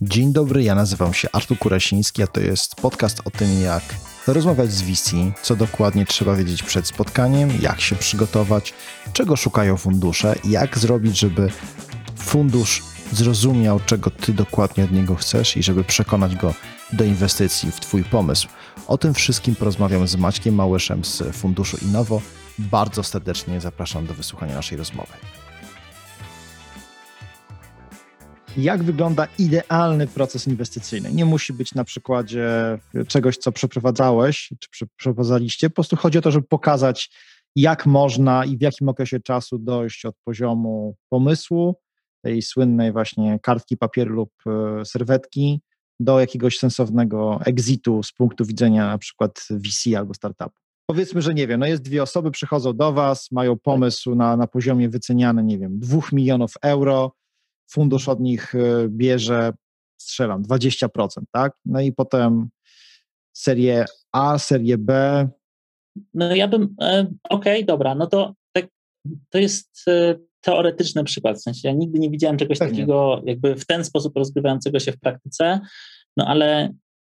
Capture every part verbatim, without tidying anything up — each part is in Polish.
Dzień dobry, ja nazywam się Artur Kurasiński, a to jest podcast o tym, jak rozmawiać z V C, co dokładnie trzeba wiedzieć przed spotkaniem, jak się przygotować, czego szukają fundusze, jak zrobić, żeby fundusz zrozumiał, czego ty dokładnie od niego chcesz i żeby przekonać go do inwestycji w twój pomysł. O tym wszystkim porozmawiamy z Maćkiem Małyszem z funduszu Innowo. Bardzo serdecznie zapraszam do wysłuchania naszej rozmowy. Jak wygląda idealny proces inwestycyjny? Nie musi być na przykładzie czegoś, co przeprowadzałeś, czy przeprowadzaliście. Po prostu chodzi o to, żeby pokazać, jak można i w jakim okresie czasu dojść od poziomu pomysłu, tej słynnej właśnie kartki papieru lub serwetki, do jakiegoś sensownego exitu z punktu widzenia na przykład V C albo startupu. Powiedzmy, że nie wiem, no jest dwie osoby, przychodzą do was, mają pomysł na, na poziomie wyceniany, nie wiem, dwóch milionów euro, fundusz od nich bierze, strzelam, dwadzieścia procent, tak? No i potem serię A, serię B. No ja bym, e, okej, okay, dobra, no to tak, to jest e, teoretyczny przykład, w sensie ja nigdy nie widziałem czegoś Pewnie. takiego jakby w ten sposób rozgrywającego się w praktyce, no ale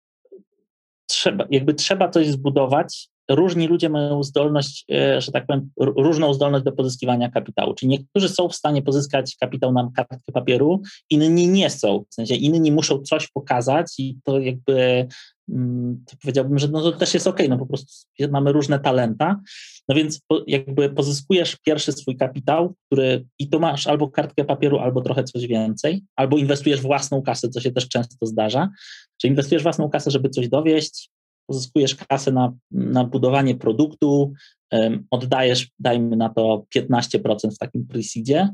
trzeba, jakby trzeba coś zbudować. Różni ludzie mają zdolność, że tak powiem, różną zdolność do pozyskiwania kapitału. Czyli niektórzy są w stanie pozyskać kapitał na kartkę papieru, inni nie są. W sensie inni muszą coś pokazać i to jakby to powiedziałbym, że no to też jest okej, no po prostu mamy różne talenta. No więc jakby pozyskujesz pierwszy swój kapitał, który i tu masz albo kartkę papieru, albo trochę coś więcej, albo inwestujesz własną kasę, co się też często zdarza. Czyli inwestujesz własną kasę, żeby coś dowieść, pozyskujesz kasę na, na budowanie produktu, um, oddajesz, dajmy na to piętnaście procent w takim pre-seedzie,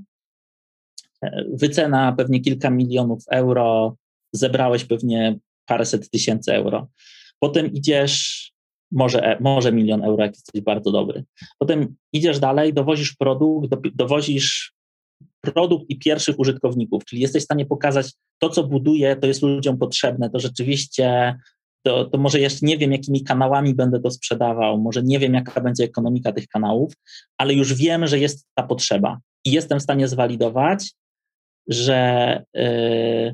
wycena pewnie kilka milionów euro, zebrałeś pewnie paręset tysięcy euro. Potem idziesz, może, może milion euro, jak jesteś bardzo dobry. Potem idziesz dalej, dowozisz produkt, do, dowozisz produkt i pierwszych użytkowników, czyli jesteś w stanie pokazać to, co buduje, to jest ludziom potrzebne, to rzeczywiście To, to może jeszcze nie wiem, jakimi kanałami będę to sprzedawał, może nie wiem, jaka będzie ekonomika tych kanałów, ale już wiem, że jest ta potrzeba i jestem w stanie zwalidować, że, yy,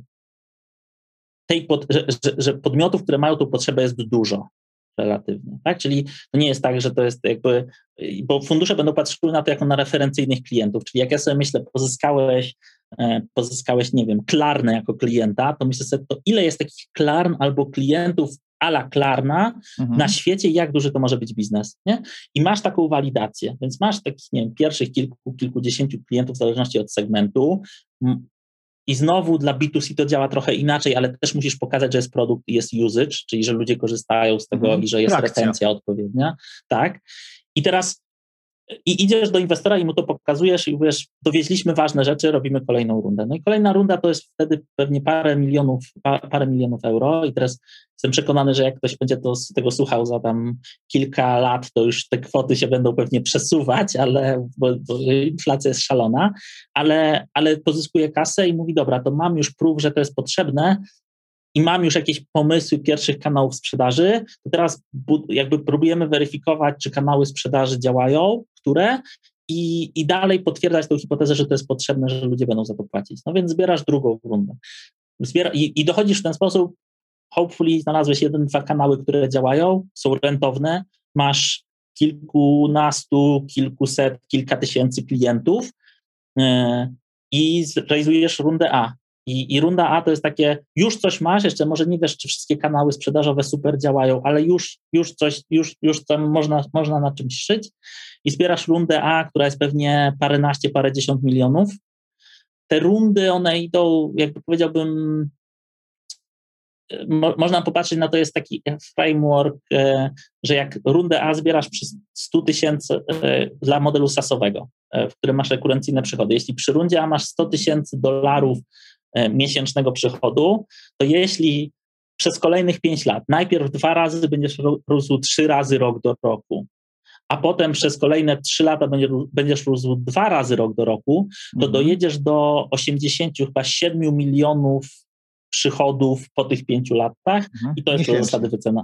tej pod, że, że, że podmiotów, które mają tą potrzebę, jest dużo relatywnie, tak? Czyli to nie jest tak, że to jest jakby, bo fundusze będą patrzyły na to jako na referencyjnych klientów, czyli jak ja sobie myślę, pozyskałeś pozyskałeś, nie wiem, Klarnę jako klienta, to myślę sobie, to ile jest takich Klarn albo klientów a la Klarna mhm. na świecie, jak duży to może być biznes, nie? I masz taką walidację, więc masz takich, nie wiem, pierwszych kilku, kilkudziesięciu klientów w zależności od segmentu i znowu dla B dwa C to działa trochę inaczej, ale też musisz pokazać, że jest produkt i jest usage, czyli że ludzie korzystają z tego mhm. i że jest Trakcja. retencja odpowiednia, tak? I teraz I idziesz do inwestora i mu to pokazujesz i mówisz, dowieźliśmy ważne rzeczy, robimy kolejną rundę. No i kolejna runda to jest wtedy pewnie parę milionów, parę milionów euro i teraz jestem przekonany, że jak ktoś będzie to, tego słuchał za tam kilka lat, to już te kwoty się będą pewnie przesuwać, ale bo, bo inflacja jest szalona, ale, ale pozyskuje kasę i mówi, dobra, to mam już prób, że to jest potrzebne, i mam już jakieś pomysły pierwszych kanałów sprzedaży, to teraz jakby próbujemy weryfikować, czy kanały sprzedaży działają, które i, i dalej potwierdzać tą hipotezę, że to jest potrzebne, że ludzie będą za to płacić. No więc zbierasz drugą rundę. Zbiera, i, I dochodzisz w ten sposób, hopefully znalazłeś jeden, dwa kanały, które działają, są rentowne, masz kilkunastu, kilkuset, kilka tysięcy klientów yy, i realizujesz rundę A. I, I runda A to jest takie, już coś masz, jeszcze może nie wiesz, czy wszystkie kanały sprzedażowe super działają, ale już, już coś, już, już tam można, można na czymś szyć i zbierasz rundę A, która jest pewnie paręnaście, parędziesiąt milionów. Te rundy, one idą, jakby powiedziałbym, mo, można popatrzeć na to, jest taki framework, e, że jak rundę A zbierasz przy stu tysięcy e, dla modelu SaaS-owego, e, w którym masz rekurencyjne przychody. Jeśli przy rundzie A masz sto tysięcy dolarów miesięcznego przychodu, to jeśli przez kolejnych pięć lat najpierw dwa razy będziesz rósł trzy razy rok do roku, a potem przez kolejne trzy lata będziesz rósł dwa razy rok do roku, to mhm. dojedziesz do osiemdziesięciu, chyba siedmiu milionów przychodów po tych pięciu latach mhm. i to jest do zasady wycena.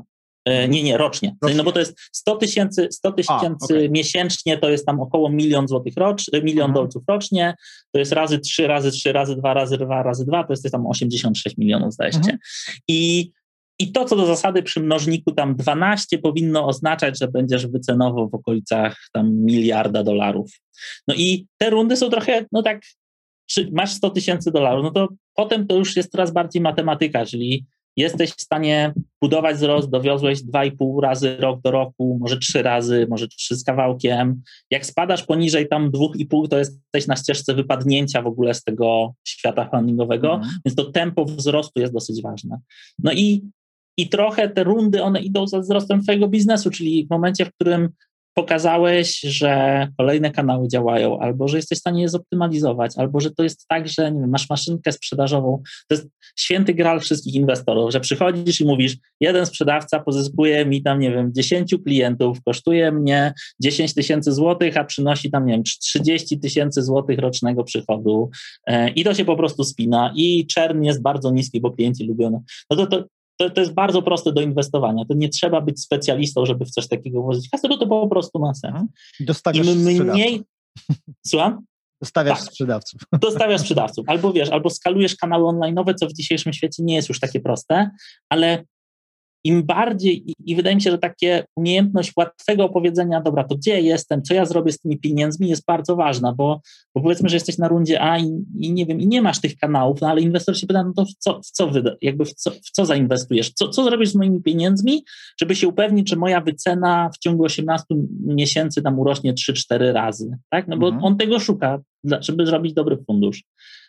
Nie, nie, rocznie. rocznie. No bo to jest sto tysięcy sto tysięcy okay. miesięcznie, to jest tam około milion złotych rocznie, milion mhm. dolców rocznie, to jest razy trzy, razy trzy, razy dwa, razy dwa, razy dwa, to jest tam osiemdziesiąt sześć milionów, zdaje się. Mhm. I, I to, co do zasady przy mnożniku tam dwanaście powinno oznaczać, że będziesz wycenowo w okolicach tam miliarda dolarów. No i te rundy są trochę, no tak, czy masz sto tysięcy dolarów, no to potem to już jest coraz bardziej matematyka, czyli jesteś w stanie budować wzrost, dowiozłeś dwa i pół razy rok do roku, może trzy razy, może trzy z kawałkiem. Jak spadasz poniżej tam dwóch i pół, to jesteś na ścieżce wypadnięcia w ogóle z tego świata fundingowego, mm. więc to tempo wzrostu jest dosyć ważne. No i, i trochę te rundy, one idą za wzrostem twojego biznesu, czyli w momencie, w którym pokazałeś, że kolejne kanały działają, albo że jesteś w stanie je zoptymalizować, albo że to jest tak, że nie wiem, masz maszynkę sprzedażową. To jest święty gral wszystkich inwestorów, że przychodzisz i mówisz, jeden sprzedawca pozyskuje mi tam, nie wiem, dziesięciu klientów, kosztuje mnie dziesięć tysięcy złotych, a przynosi tam, nie wiem, trzydzieści tysięcy złotych rocznego przychodu e, i to się po prostu spina i churn jest bardzo niski, bo klienci lubią. No to, to To, to jest bardzo proste do inwestowania. To nie trzeba być specjalistą, żeby w coś takiego włożyć kasę, bo to po prostu ma sens. Dostawiasz Im mniej... sprzedawców. Słucham? Dostawiasz tak. sprzedawców. Dostawiasz sprzedawców. Albo wiesz, albo skalujesz kanały online'owe, co w dzisiejszym świecie nie jest już takie proste, ale im bardziej, i, i wydaje mi się, że takie umiejętność łatwego opowiedzenia, dobra, to gdzie jestem, co ja zrobię z tymi pieniędzmi, jest bardzo ważna, bo, bo powiedzmy, że jesteś na rundzie A i, i nie wiem, i nie masz tych kanałów, no ale inwestor się pyta, no to w co, w co, wyda, jakby w co, w co zainwestujesz, co, co zrobisz z moimi pieniędzmi, żeby się upewnić, że moja wycena w ciągu osiemnastu miesięcy tam urośnie trzy cztery razy, tak? No bo mhm. on tego szuka, żeby zrobić dobry fundusz.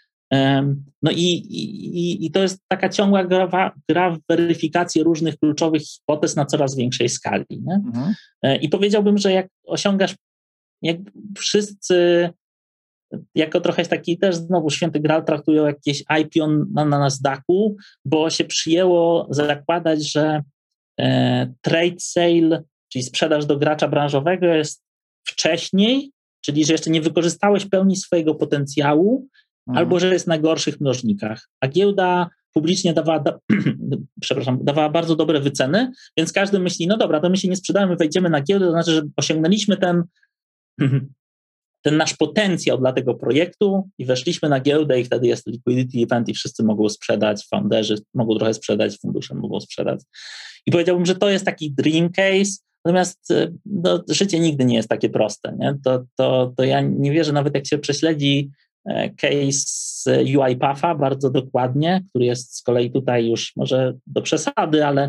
No i, i, i to jest taka ciągła gra, gra w weryfikację różnych kluczowych hipotez na coraz większej skali. Nie? Mhm. I powiedziałbym, że jak osiągasz, jak wszyscy jako trochę taki też znowu święty gral traktują jakieś I P O na, na Nasdaqu, bo się przyjęło zakładać, że e, trade sale, czyli sprzedaż do gracza branżowego jest wcześniej, czyli że jeszcze nie wykorzystałeś pełni swojego potencjału, Mhm. albo że jest na gorszych mnożnikach. A giełda publicznie dawała, da, przepraszam, dawała bardzo dobre wyceny, więc każdy myśli, no dobra, to my się nie sprzedamy, wejdziemy na giełdę, to znaczy, że osiągnęliśmy ten, ten nasz potencjał dla tego projektu i weszliśmy na giełdę i wtedy jest liquidity event i wszyscy mogą sprzedać, founderzy mogą trochę sprzedać, fundusze mogą sprzedać. I powiedziałbym, że to jest taki dream case, natomiast no, życie nigdy nie jest takie proste. Nie? To, to, to ja nie wierzę, nawet jak się prześledzi case UiPatha bardzo dokładnie, który jest z kolei tutaj już może do przesady, ale,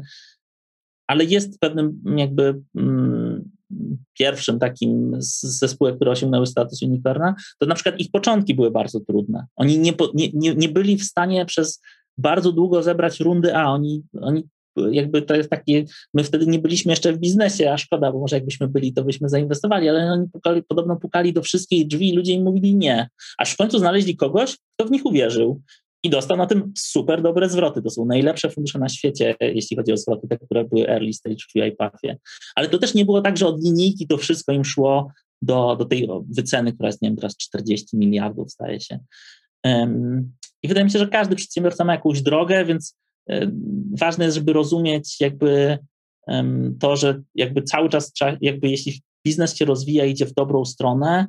ale jest pewnym jakby mm, pierwszym takim ze spółek, które osiągnęły status unicorna, to na przykład ich początki były bardzo trudne. Oni nie, nie, nie, nie byli w stanie przez bardzo długo zebrać rundy A. Oni, oni jakby to jest takie, my wtedy nie byliśmy jeszcze w biznesie, a szkoda, bo może jakbyśmy byli, to byśmy zainwestowali, ale oni pukali, podobno pukali do wszystkich drzwi i ludzie im mówili nie. Aż w końcu znaleźli kogoś, kto w nich uwierzył i dostał na tym super dobre zwroty. To są najlepsze fundusze na świecie, jeśli chodzi o zwroty, te, które były early stage w UiPathie. Ale to też nie było tak, że od linijki to wszystko im szło do, do tej wyceny, która jest, nie wiem, teraz czterdzieści miliardów, zdaje się. Um, I wydaje mi się, że każdy przedsiębiorca ma jakąś drogę, więc ważne jest, żeby rozumieć jakby um, to, że jakby cały czas, jakby jeśli biznes się rozwija i idzie w dobrą stronę,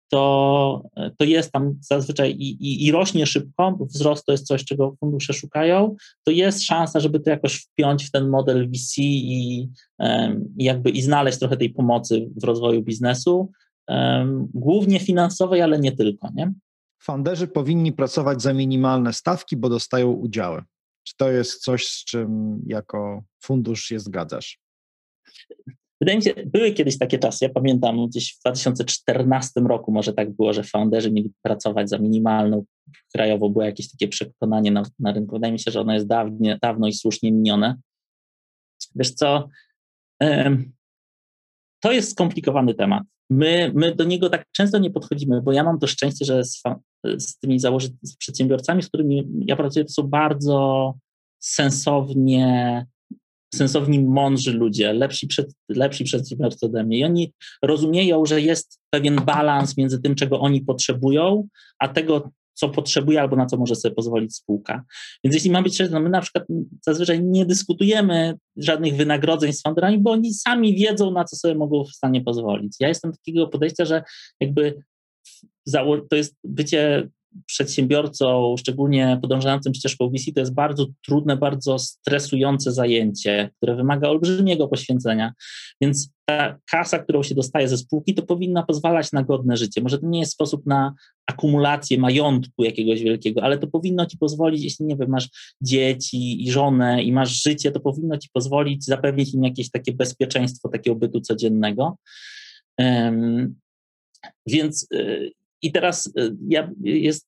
to, to jest tam zazwyczaj i, i, i rośnie szybko, bo wzrost to jest coś, czego fundusze szukają, to jest szansa, żeby to jakoś wpiąć w ten model V C i, um, i jakby i znaleźć trochę tej pomocy w rozwoju biznesu, um, głównie finansowej, ale nie tylko, nie? Founderzy powinni pracować za minimalne stawki, bo dostają udziały. Czy to jest coś, z czym jako fundusz się zgadzasz? Wydaje mi się, były kiedyś takie czasy, ja pamiętam gdzieś w dwa tysiące czternastym roku może tak było, że founderzy mieli pracować za minimalną krajowo, było jakieś takie przekonanie na, na rynku. Wydaje mi się, że ono jest dawnie, dawno i słusznie minione. Wiesz co, ym, to jest skomplikowany temat. My, my do niego tak często nie podchodzimy, bo ja mam to szczęście, że z, z tymi założy- z przedsiębiorcami, z którymi ja pracuję, to są bardzo sensownie, sensowni, mądrzy ludzie, lepsi, przed, lepsi przedsiębiorcy ode mnie i oni rozumieją, że jest pewien balans między tym, czego oni potrzebują, a tego, co potrzebuje albo na co może sobie pozwolić spółka. Więc jeśli mam być szczery, no my na przykład zazwyczaj nie dyskutujemy żadnych wynagrodzeń z founderami, bo oni sami wiedzą, na co sobie mogą w stanie pozwolić. Ja jestem takiego podejścia, że jakby to jest bycie przedsiębiorcą, szczególnie podążającym ścieżką V C, to jest bardzo trudne, bardzo stresujące zajęcie, które wymaga olbrzymiego poświęcenia. Więc ta kasa, którą się dostaje ze spółki, to powinna pozwalać na godne życie. Może to nie jest sposób na akumulację majątku jakiegoś wielkiego, ale to powinno ci pozwolić, jeśli nie wiem, masz dzieci i żonę i masz życie, to powinno ci pozwolić zapewnić im jakieś takie bezpieczeństwo takiego bytu codziennego. Um, więc y, I teraz ja, jest,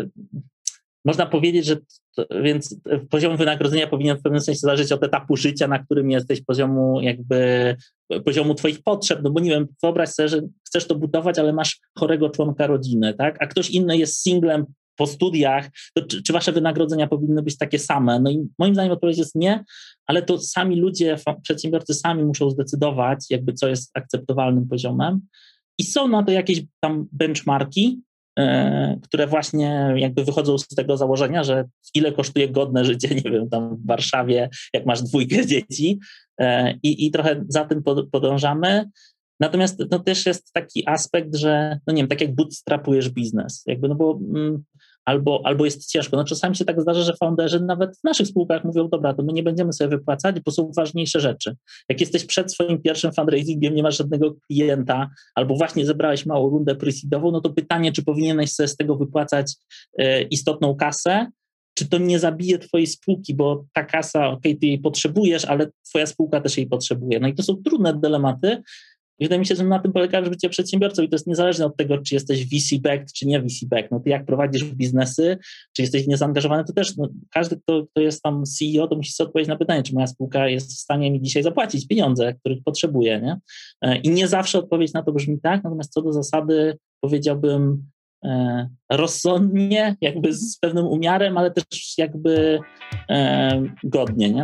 można powiedzieć, że to, więc poziom wynagrodzenia powinien w pewnym sensie zależeć od etapu życia, na którym jesteś, poziomu jakby, poziomu twoich potrzeb, no bo nie wiem, wyobraź sobie, że chcesz to budować, ale masz chorego członka rodziny, tak, a ktoś inny jest singlem po studiach, to czy, czy wasze wynagrodzenia powinny być takie same? No i moim zdaniem odpowiedź jest nie, ale to sami ludzie, przedsiębiorcy sami muszą zdecydować, jakby co jest akceptowalnym poziomem. I są na to jakieś tam benchmarki, e, które właśnie jakby wychodzą z tego założenia, że ile kosztuje godne życie, nie wiem, tam w Warszawie, jak masz dwójkę dzieci e, i, i trochę za tym pod, podążamy. Natomiast no, też jest taki aspekt, że no nie wiem, tak jak bootstrapujesz biznes, jakby no bo mm, albo, albo jest ciężko. No czasami się tak zdarza, że founderzy nawet w naszych spółkach mówią, dobra, to my nie będziemy sobie wypłacać, bo są ważniejsze rzeczy. Jak jesteś przed swoim pierwszym fundraisingiem, nie masz żadnego klienta, albo właśnie zebrałeś małą rundę pre-seedową, no to pytanie, czy powinieneś sobie z tego wypłacać e, istotną kasę, czy to nie zabije twojej spółki, bo ta kasa, okej, okay, ty jej potrzebujesz, ale twoja spółka też jej potrzebuje. No i to są trudne dylematy. I wydaje mi się, że na tym polega bycie przedsiębiorcą i to jest niezależne od tego, czy jesteś V C-backed, czy nie V C-backed. No ty jak prowadzisz biznesy, czy jesteś niezaangażowany, to też no, każdy, kto, kto jest tam C E O, to musi sobie odpowiedzieć na pytanie, czy moja spółka jest w stanie mi dzisiaj zapłacić pieniądze, których potrzebuje, nie? I nie zawsze odpowiedź na to brzmi tak, natomiast co do zasady powiedziałbym e, rozsądnie, jakby z pewnym umiarem, ale też jakby e, godnie, nie?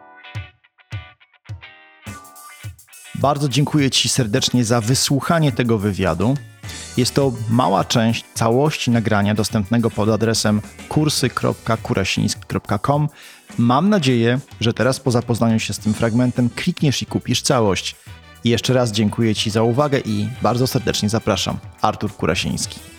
Bardzo dziękuję Ci serdecznie za wysłuchanie tego wywiadu. Jest to mała część całości nagrania dostępnego pod adresem kursy kropka kurasiński kropka com. Mam nadzieję, że teraz po zapoznaniu się z tym fragmentem klikniesz i kupisz całość. I jeszcze raz dziękuję Ci za uwagę i bardzo serdecznie zapraszam. Artur Kurasiński.